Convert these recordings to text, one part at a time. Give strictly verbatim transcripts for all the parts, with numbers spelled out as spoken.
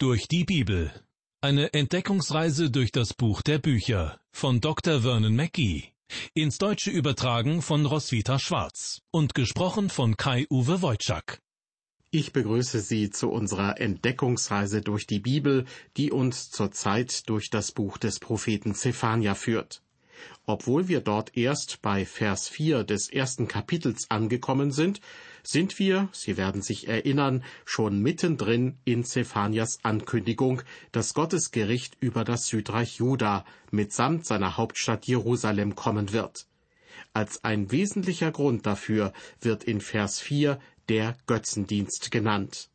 Durch die Bibel. Eine Entdeckungsreise durch das Buch der Bücher von Doktor Vernon Mackey. Ins Deutsche übertragen von Roswitha Schwarz und gesprochen von Kai-Uwe Wojczak. Ich begrüße Sie zu unserer Entdeckungsreise durch die Bibel, die uns zurzeit durch das Buch des Propheten Zephania führt. Obwohl wir dort erst bei Vers vier des ersten Kapitels angekommen sind, sind wir, Sie werden sich erinnern, schon mittendrin in Zephanias Ankündigung, dass Gottes Gericht über das Südreich Juda mitsamt seiner Hauptstadt Jerusalem kommen wird. Als ein wesentlicher Grund dafür wird in Vers vier der Götzendienst genannt.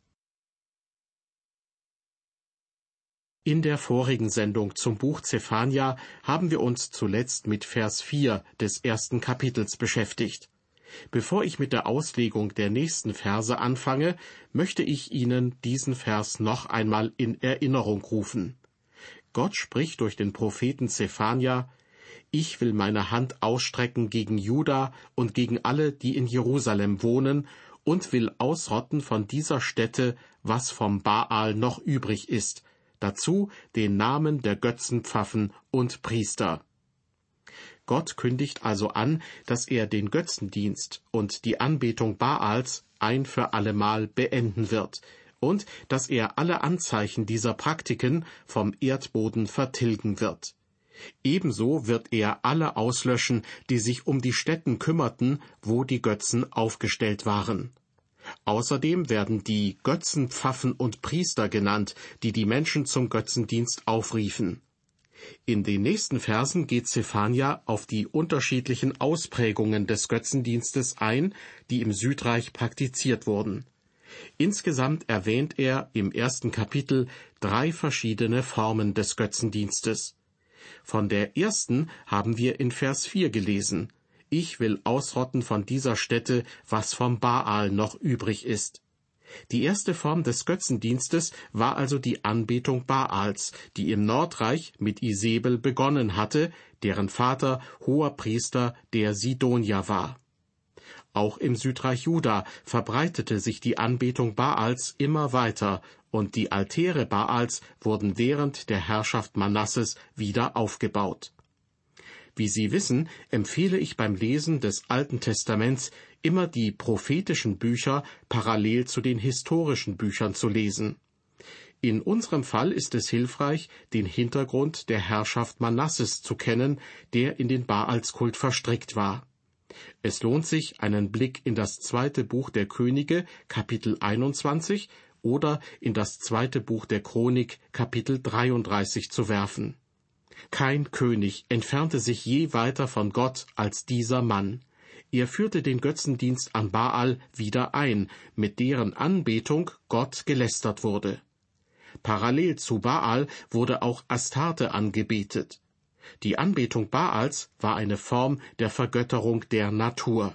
In der vorigen Sendung zum Buch Zephania haben wir uns zuletzt mit Vers vier des ersten Kapitels beschäftigt. Bevor ich mit der Auslegung der nächsten Verse anfange, möchte ich Ihnen diesen Vers noch einmal in Erinnerung rufen. Gott spricht durch den Propheten Zephania: Ich will meine Hand ausstrecken gegen Juda und gegen alle, die in Jerusalem wohnen, und will ausrotten von dieser Stätte, was vom Baal noch übrig ist, dazu den Namen der Götzenpfaffen und Priester. Gott kündigt also an, dass er den Götzendienst und die Anbetung Baals ein für allemal beenden wird und dass er alle Anzeichen dieser Praktiken vom Erdboden vertilgen wird. Ebenso wird er alle auslöschen, die sich um die Stätten kümmerten, wo die Götzen aufgestellt waren. Außerdem werden die Götzenpfaffen und Priester genannt, die die Menschen zum Götzendienst aufriefen. In den nächsten Versen geht Zephania auf die unterschiedlichen Ausprägungen des Götzendienstes ein, die im Südreich praktiziert wurden. Insgesamt erwähnt er im ersten Kapitel drei verschiedene Formen des Götzendienstes. Von der ersten haben wir in Vers vier gelesen: Ich will ausrotten von dieser Stätte, was vom Baal noch übrig ist. Die erste Form des Götzendienstes war also die Anbetung Baals, die im Nordreich mit Isebel begonnen hatte, deren Vater Hoherpriester der Sidonier war. Auch im Südreich Juda verbreitete sich die Anbetung Baals immer weiter, und die Altäre Baals wurden während der Herrschaft Manasses wieder aufgebaut. Wie Sie wissen, empfehle ich beim Lesen des Alten Testaments immer die prophetischen Bücher parallel zu den historischen Büchern zu lesen. In unserem Fall ist es hilfreich, den Hintergrund der Herrschaft Manasses zu kennen, der in den Baalskult verstrickt war. Es lohnt sich, einen Blick in das zweite Buch der Könige, Kapitel einundzwanzig, oder in das zweite Buch der Chronik, Kapitel dreiunddreißig zu werfen. Kein König entfernte sich je weiter von Gott als dieser Mann. Er führte den Götzendienst an Baal wieder ein, mit deren Anbetung Gott gelästert wurde. Parallel zu Baal wurde auch Astarte angebetet. Die Anbetung Baals war eine Form der Vergötterung der Natur.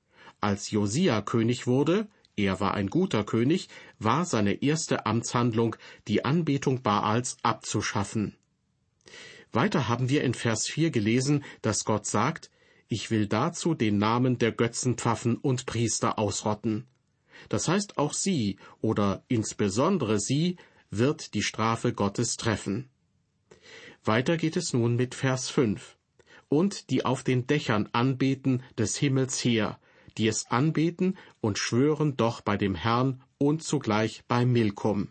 Als Josia König wurde, er war ein guter König, war seine erste Amtshandlung, die Anbetung Baals abzuschaffen. Weiter haben wir in Vers vier gelesen, dass Gott sagt: Ich will dazu den Namen der Götzenpfaffen und Priester ausrotten. Das heißt, auch sie, oder insbesondere sie, wird die Strafe Gottes treffen. Weiter geht es nun mit Vers fünf. Und die auf den Dächern anbeten des Himmels her, die es anbeten und schwören doch bei dem Herrn und zugleich bei Milkom.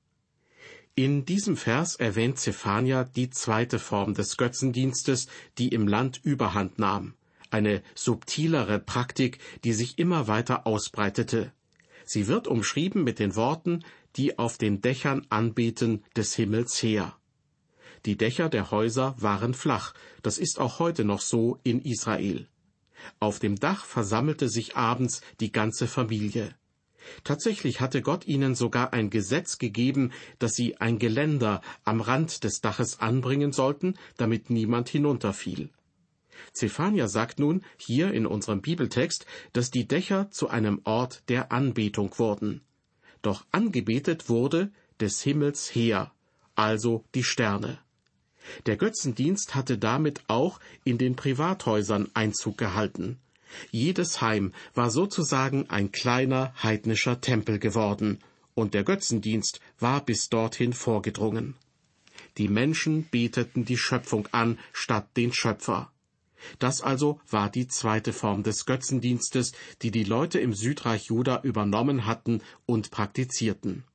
In diesem Vers erwähnt Zephania die zweite Form des Götzendienstes, die im Land Überhand nahm, eine subtilere Praktik, die sich immer weiter ausbreitete. Sie wird umschrieben mit den Worten, die auf den Dächern anbeten des Himmels her. Die Dächer der Häuser waren flach, das ist auch heute noch so in Israel. Auf dem Dach versammelte sich abends die ganze Familie. Tatsächlich hatte Gott ihnen sogar ein Gesetz gegeben, dass sie ein Geländer am Rand des Daches anbringen sollten, damit niemand hinunterfiel. Zephania sagt nun hier in unserem Bibeltext, dass die Dächer zu einem Ort der Anbetung wurden. Doch angebetet wurde des Himmels her, also die Sterne. Der Götzendienst hatte damit auch in den Privathäusern Einzug gehalten. Jedes Heim war sozusagen ein kleiner heidnischer Tempel geworden, und der Götzendienst war bis dorthin vorgedrungen. Die Menschen beteten die Schöpfung an, statt den Schöpfer. Das also war die zweite Form des Götzendienstes, die die Leute im Südreich Juda übernommen hatten und praktizierten.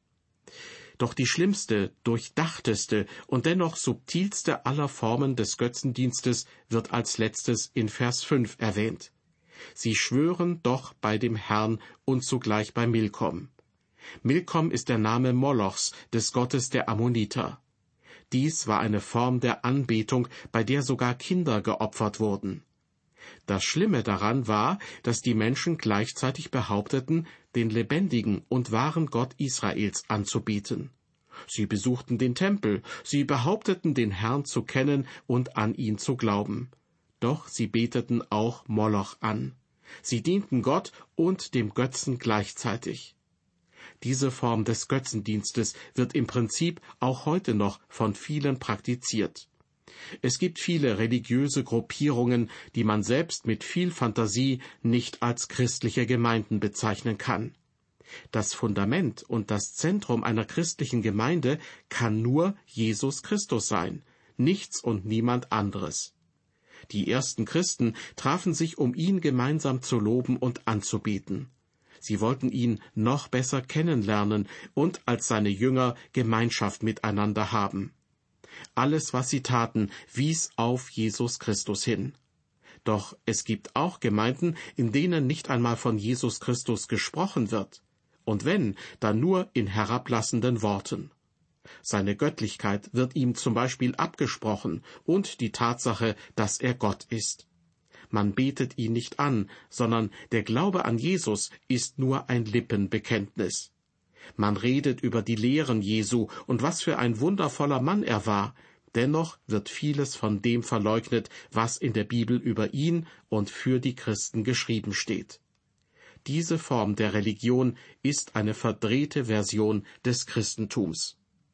Doch die schlimmste, durchdachteste und dennoch subtilste aller Formen des Götzendienstes wird als letztes in Vers fünf erwähnt. Sie schwören doch bei dem Herrn und zugleich bei Milkom. Milkom ist der Name Molochs, des Gottes der Ammoniter. Dies war eine Form der Anbetung, bei der sogar Kinder geopfert wurden. Das Schlimme daran war, dass die Menschen gleichzeitig behaupteten, den lebendigen und wahren Gott Israels anzubeten. Sie besuchten den Tempel, sie behaupteten, den Herrn zu kennen und an ihn zu glauben. Doch sie beteten auch Moloch an. Sie dienten Gott und dem Götzen gleichzeitig. Diese Form des Götzendienstes wird im Prinzip auch heute noch von vielen praktiziert. Es gibt viele religiöse Gruppierungen, die man selbst mit viel Fantasie nicht als christliche Gemeinden bezeichnen kann. Das Fundament und das Zentrum einer christlichen Gemeinde kann nur Jesus Christus sein, nichts und niemand anderes. Die ersten Christen trafen sich, um ihn gemeinsam zu loben und anzubeten. Sie wollten ihn noch besser kennenlernen und als seine Jünger Gemeinschaft miteinander haben. Alles, was sie taten, wies auf Jesus Christus hin. Doch es gibt auch Gemeinden, in denen nicht einmal von Jesus Christus gesprochen wird. Und wenn, dann nur in herablassenden Worten. Seine Göttlichkeit wird ihm zum Beispiel abgesprochen und die Tatsache, dass er Gott ist. Man betet ihn nicht an, sondern der Glaube an Jesus ist nur ein Lippenbekenntnis. Man redet über die Lehren Jesu und was für ein wundervoller Mann er war, dennoch wird vieles von dem verleugnet, was in der Bibel über ihn und für die Christen geschrieben steht. Diese Form der Religion ist eine verdrehte Version des Christentums.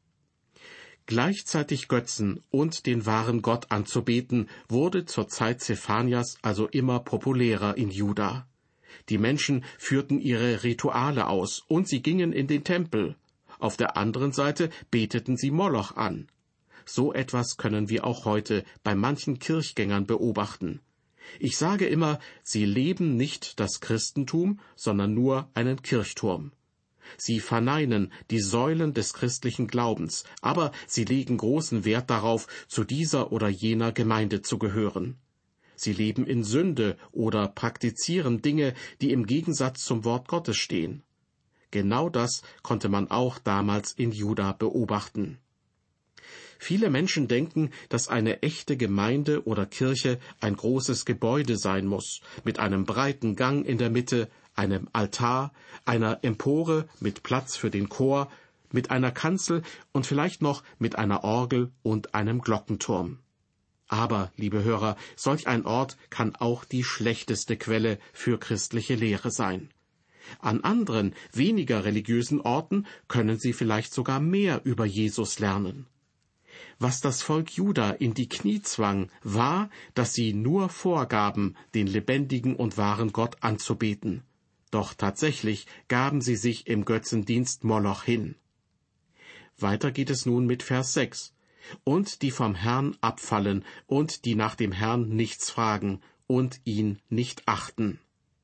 Gleichzeitig Götzen und den wahren Gott anzubeten, wurde zur Zeit Zephanias also immer populärer in Juda. Die Menschen führten ihre Rituale aus und sie gingen in den Tempel. Auf der anderen Seite beteten sie Moloch an. So etwas können wir auch heute bei manchen Kirchgängern beobachten. Ich sage immer, sie leben nicht das Christentum, sondern nur einen Kirchturm. Sie verneinen die Säulen des christlichen Glaubens, aber sie legen großen Wert darauf, zu dieser oder jener Gemeinde zu gehören. Sie leben in Sünde oder praktizieren Dinge, die im Gegensatz zum Wort Gottes stehen. Genau das konnte man auch damals in Juda beobachten. Viele Menschen denken, dass eine echte Gemeinde oder Kirche ein großes Gebäude sein muss, mit einem breiten Gang in der Mitte, einem Altar, einer Empore mit Platz für den Chor, mit einer Kanzel und vielleicht noch mit einer Orgel und einem Glockenturm. Aber, liebe Hörer, solch ein Ort kann auch die schlechteste Quelle für christliche Lehre sein. An anderen, weniger religiösen Orten können Sie vielleicht sogar mehr über Jesus lernen. Was das Volk Juda in die Knie zwang, war, dass sie nur vorgaben, den lebendigen und wahren Gott anzubeten. Doch tatsächlich gaben sie sich im Götzendienst Moloch hin. Weiter geht es nun mit Vers sechs. Und die vom Herrn abfallen und die nach dem Herrn nichts fragen und ihn nicht achten.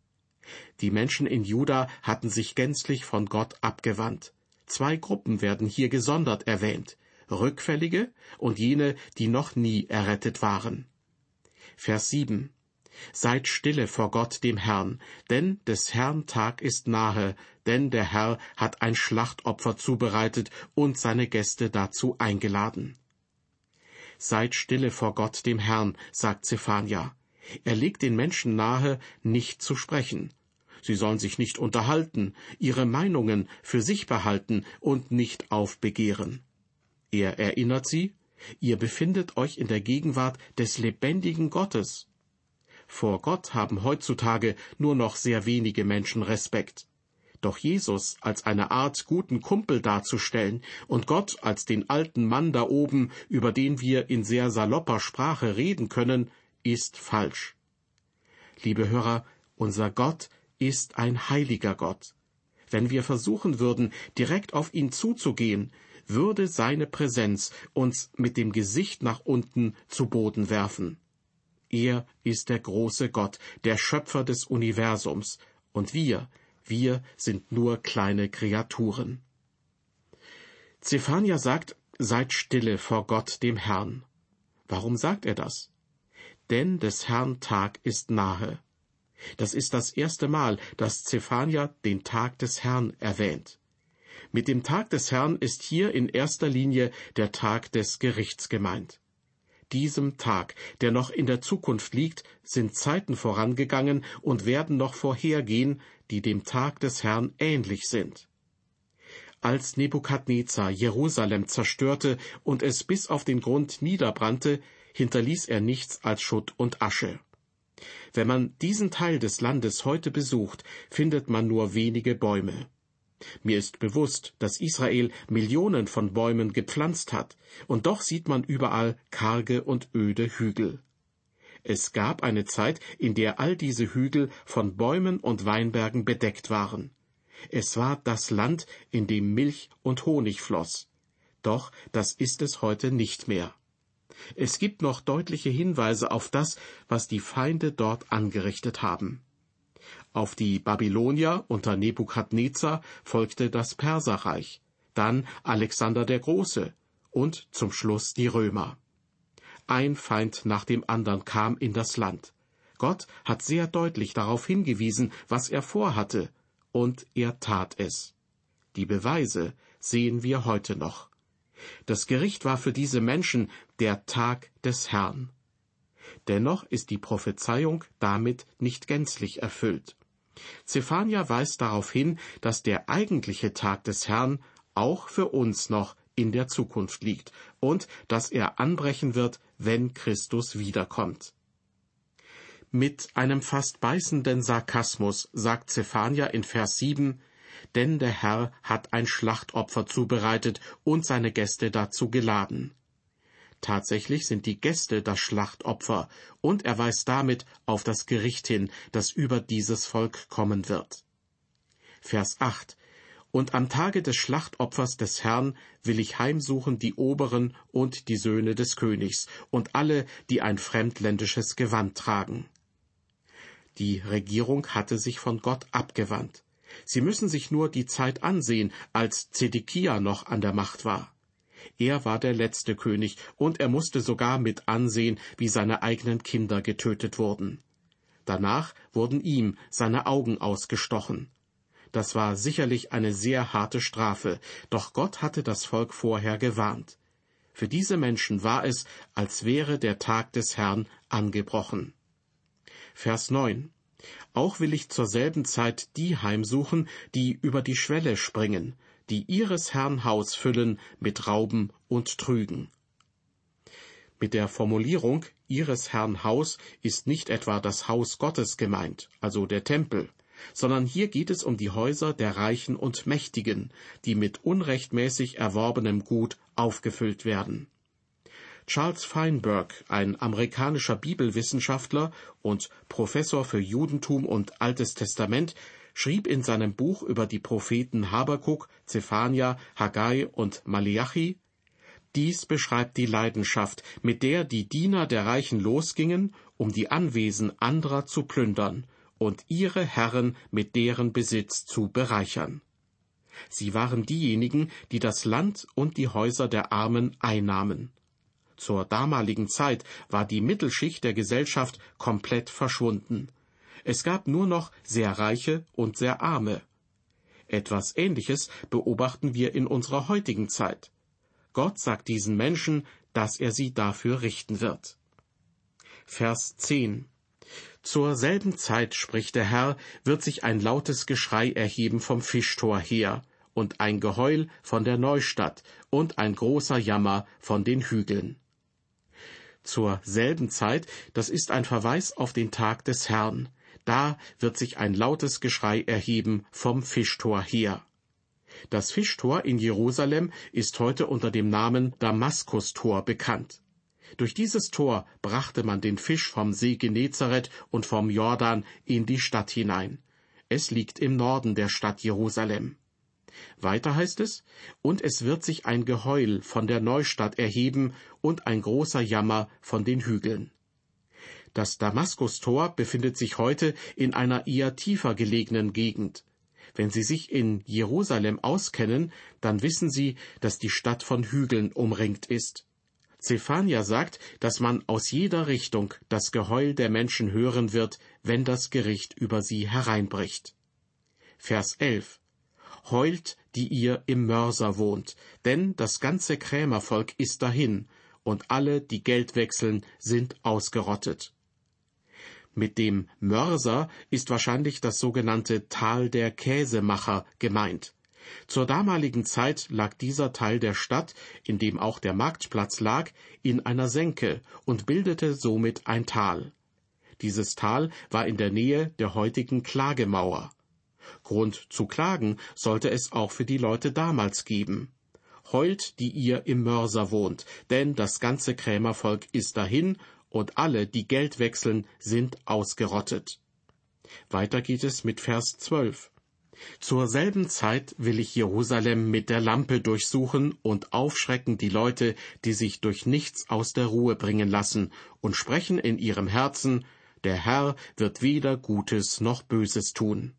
Die Menschen in Juda hatten sich gänzlich von Gott abgewandt. Zwei Gruppen werden hier gesondert erwähnt: Rückfällige und jene, die noch nie errettet waren. Vers sieben. Seid stille vor Gott dem Herrn, denn des Herrn Tag ist nahe, denn der Herr hat ein Schlachtopfer zubereitet und seine Gäste dazu eingeladen. Seid stille vor Gott dem Herrn, sagt Zephania. Er legt den Menschen nahe, nicht zu sprechen. Sie sollen sich nicht unterhalten, ihre Meinungen für sich behalten und nicht aufbegehren. Er erinnert sie, ihr befindet euch in der Gegenwart des lebendigen Gottes. Vor Gott haben heutzutage nur noch sehr wenige Menschen Respekt. Doch Jesus als eine Art guten Kumpel darzustellen und Gott als den alten Mann da oben, über den wir in sehr salopper Sprache reden können, ist falsch. Liebe Hörer, unser Gott ist ein heiliger Gott. Wenn wir versuchen würden, direkt auf ihn zuzugehen, würde seine Präsenz uns mit dem Gesicht nach unten zu Boden werfen. Er ist der große Gott, der Schöpfer des Universums, und wir, wir sind nur kleine Kreaturen. Zephania sagt, seid stille vor Gott, dem Herrn. Warum sagt er das? Denn des Herrn Tag ist nahe. Das ist das erste Mal, dass Zephania den Tag des Herrn erwähnt. Mit dem Tag des Herrn ist hier in erster Linie der Tag des Gerichts gemeint. Diesem Tag, der noch in der Zukunft liegt, sind Zeiten vorangegangen und werden noch vorhergehen, die dem Tag des Herrn ähnlich sind. Als Nebukadnezar Jerusalem zerstörte und es bis auf den Grund niederbrannte, hinterließ er nichts als Schutt und Asche. Wenn man diesen Teil des Landes heute besucht, findet man nur wenige Bäume. Mir ist bewusst, dass Israel Millionen von Bäumen gepflanzt hat, und doch sieht man überall karge und öde Hügel. Es gab eine Zeit, in der all diese Hügel von Bäumen und Weinbergen bedeckt waren. Es war das Land, in dem Milch und Honig floss. Doch das ist es heute nicht mehr. Es gibt noch deutliche Hinweise auf das, was die Feinde dort angerichtet haben. Auf die Babylonier unter Nebukadnezar folgte das Perserreich, dann Alexander der Große und zum Schluss die Römer. Ein Feind nach dem anderen kam in das Land. Gott hat sehr deutlich darauf hingewiesen, was er vorhatte, und er tat es. Die Beweise sehen wir heute noch. Das Gericht war für diese Menschen der Tag des Herrn. Dennoch ist die Prophezeiung damit nicht gänzlich erfüllt. Zephania weist darauf hin, dass der eigentliche Tag des Herrn auch für uns noch in der Zukunft liegt und dass er anbrechen wird, wenn Christus wiederkommt. Mit einem fast beißenden Sarkasmus sagt Zephania in Vers sieben, denn der Herr hat ein Schlachtopfer zubereitet und seine Gäste dazu geladen. Tatsächlich sind die Gäste das Schlachtopfer, und er weist damit auf das Gericht hin, das über dieses Volk kommen wird. Vers acht. Und am Tage des Schlachtopfers des Herrn will ich heimsuchen die Oberen und die Söhne des Königs und alle, die ein fremdländisches Gewand tragen. Die Regierung hatte sich von Gott abgewandt. Sie müssen sich nur die Zeit ansehen, als Zedekia noch an der Macht war. Er war der letzte König, und er musste sogar mit ansehen, wie seine eigenen Kinder getötet wurden. Danach wurden ihm seine Augen ausgestochen. Das war sicherlich eine sehr harte Strafe, doch Gott hatte das Volk vorher gewarnt. Für diese Menschen war es, als wäre der Tag des Herrn angebrochen. Vers neun. Auch will ich zur selben Zeit die heimsuchen, die über die Schwelle springen, die ihres Herrn Haus füllen mit Rauben und Trügen. Mit der Formulierung ihres Herrn Haus ist nicht etwa das Haus Gottes gemeint, also der Tempel, sondern hier geht es um die Häuser der Reichen und Mächtigen, die mit unrechtmäßig erworbenem Gut aufgefüllt werden. Charles Feinberg, ein amerikanischer Bibelwissenschaftler und Professor für Judentum und Altes Testament, schrieb in seinem Buch über die Propheten Habakuk, Zephania, Haggai und Maleachi: Dies beschreibt die Leidenschaft, mit der die Diener der Reichen losgingen, um die Anwesen anderer zu plündern und ihre Herren mit deren Besitz zu bereichern. Sie waren diejenigen, die das Land und die Häuser der Armen einnahmen. Zur damaligen Zeit war die Mittelschicht der Gesellschaft komplett verschwunden. Es gab nur noch sehr Reiche und sehr Arme. Etwas Ähnliches beobachten wir in unserer heutigen Zeit. Gott sagt diesen Menschen, dass er sie dafür richten wird. Vers zehn. Zur selben Zeit, spricht der Herr, wird sich ein lautes Geschrei erheben vom Fischtor her, und ein Geheul von der Neustadt und ein großer Jammer von den Hügeln. Zur selben Zeit, das ist ein Verweis auf den Tag des Herrn. Da wird sich ein lautes Geschrei erheben vom Fischtor her. Das Fischtor in Jerusalem ist heute unter dem Namen Damaskustor bekannt. Durch dieses Tor brachte man den Fisch vom See Genezareth und vom Jordan in die Stadt hinein. es liegt im Norden der Stadt Jerusalem. Weiter heißt es, und es wird sich ein Geheul von der Neustadt erheben und ein großer Jammer von den Hügeln. Das Damaskustor befindet sich heute in einer eher tiefer gelegenen Gegend. Wenn Sie sich in Jerusalem auskennen, dann wissen Sie, dass die Stadt von Hügeln umringt ist. Zephania sagt, dass man aus jeder Richtung das Geheul der Menschen hören wird, wenn das Gericht über sie hereinbricht. Vers elf. Heult, die ihr im Mörser wohnt, denn das ganze Krämervolk ist dahin, und alle, die Geld wechseln, sind ausgerottet. Mit dem Mörser ist wahrscheinlich das sogenannte Tal der Käsemacher gemeint. Zur damaligen Zeit lag dieser Teil der Stadt, in dem auch der Marktplatz lag, in einer Senke und bildete somit ein Tal. Dieses Tal war in der Nähe der heutigen Klagemauer. Grund zu klagen sollte es auch für die Leute damals geben. Heult, die ihr im Mörser wohnt, denn das ganze Krämervolk ist dahin, und alle, die Geld wechseln, sind ausgerottet. Weiter geht es mit Vers zwölf. Zur selben Zeit will ich Jerusalem mit der Lampe durchsuchen und aufschrecken die Leute, die sich durch nichts aus der Ruhe bringen lassen und sprechen in ihrem Herzen, der Herr wird weder Gutes noch Böses tun.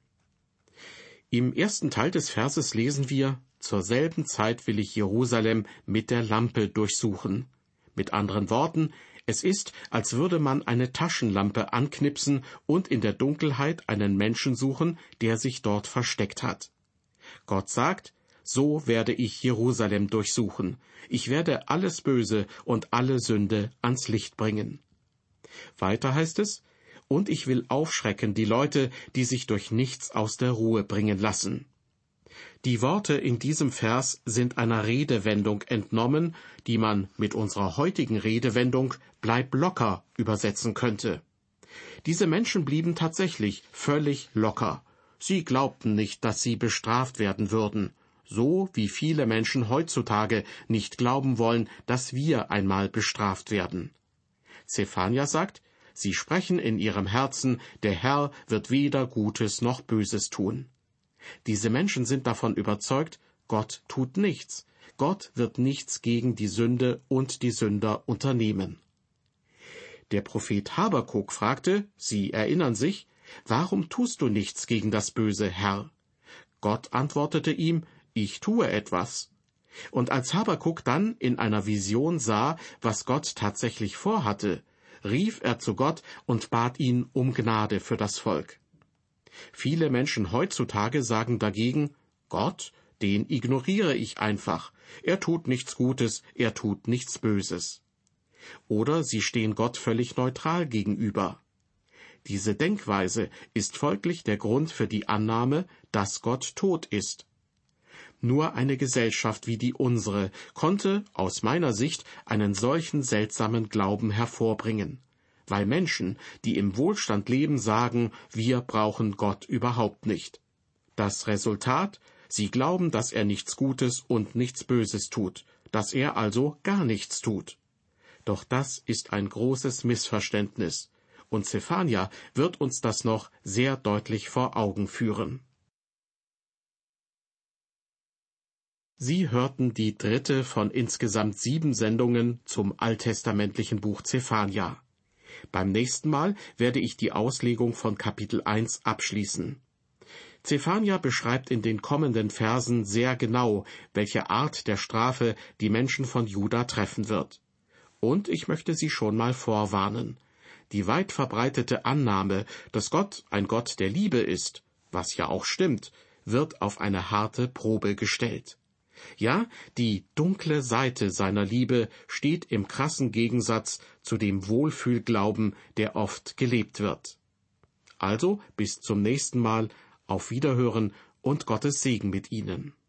Im ersten Teil des Verses lesen wir, zur selben Zeit will ich Jerusalem mit der Lampe durchsuchen. Mit anderen Worten, es ist, als würde man eine Taschenlampe anknipsen und in der Dunkelheit einen Menschen suchen, der sich dort versteckt hat. Gott sagt, so werde ich Jerusalem durchsuchen. Ich werde alles Böse und alle Sünde ans Licht bringen. Weiter heißt es, und ich will aufschrecken die Leute, die sich durch nichts aus der Ruhe bringen lassen. Die Worte in diesem Vers sind einer Redewendung entnommen, die man mit unserer heutigen Redewendung »bleib locker« übersetzen könnte. Diese Menschen blieben tatsächlich völlig locker. Sie glaubten nicht, dass sie bestraft werden würden, so wie viele Menschen heutzutage nicht glauben wollen, dass wir einmal bestraft werden. Zephania sagt, sie sprechen in ihrem Herzen, der Herr wird weder Gutes noch Böses tun. Diese Menschen sind davon überzeugt, Gott tut nichts. Gott wird nichts gegen die Sünde und die Sünder unternehmen. Der Prophet Habakuk fragte, Sie erinnern sich, warum tust du nichts gegen das Böse, Herr? Gott antwortete ihm, ich tue etwas. Und als Habakuk dann in einer Vision sah, was Gott tatsächlich vorhatte, rief er zu Gott und bat ihn um Gnade für das Volk. Viele Menschen heutzutage sagen dagegen, Gott, den ignoriere ich einfach. Er tut nichts Gutes, er tut nichts Böses. Oder sie stehen Gott völlig neutral gegenüber. Diese Denkweise ist folglich der Grund für die Annahme, dass Gott tot ist. Nur eine Gesellschaft wie die unsere konnte, aus meiner Sicht, einen solchen seltsamen Glauben hervorbringen. Weil Menschen, die im Wohlstand leben, sagen, wir brauchen Gott überhaupt nicht. Das Resultat? Sie glauben, dass er nichts Gutes und nichts Böses tut, dass er also gar nichts tut. Doch das ist ein großes Missverständnis, und Zephania wird uns das noch sehr deutlich vor Augen führen. Sie hörten die dritte von insgesamt sieben Sendungen zum alttestamentlichen Buch Zephania. Beim nächsten Mal werde ich die Auslegung von Kapitel eins abschließen. Zephania beschreibt in den kommenden Versen sehr genau, welche Art der Strafe die Menschen von Juda treffen wird. Und ich möchte Sie schon mal vorwarnen. Die weit verbreitete Annahme, dass Gott ein Gott der Liebe ist, was ja auch stimmt, wird auf eine harte Probe gestellt. Ja, die dunkle Seite seiner Liebe steht im krassen Gegensatz zu dem Wohlfühlglauben, der oft gelebt wird. Also bis zum nächsten Mal, auf Wiederhören und Gottes Segen mit Ihnen.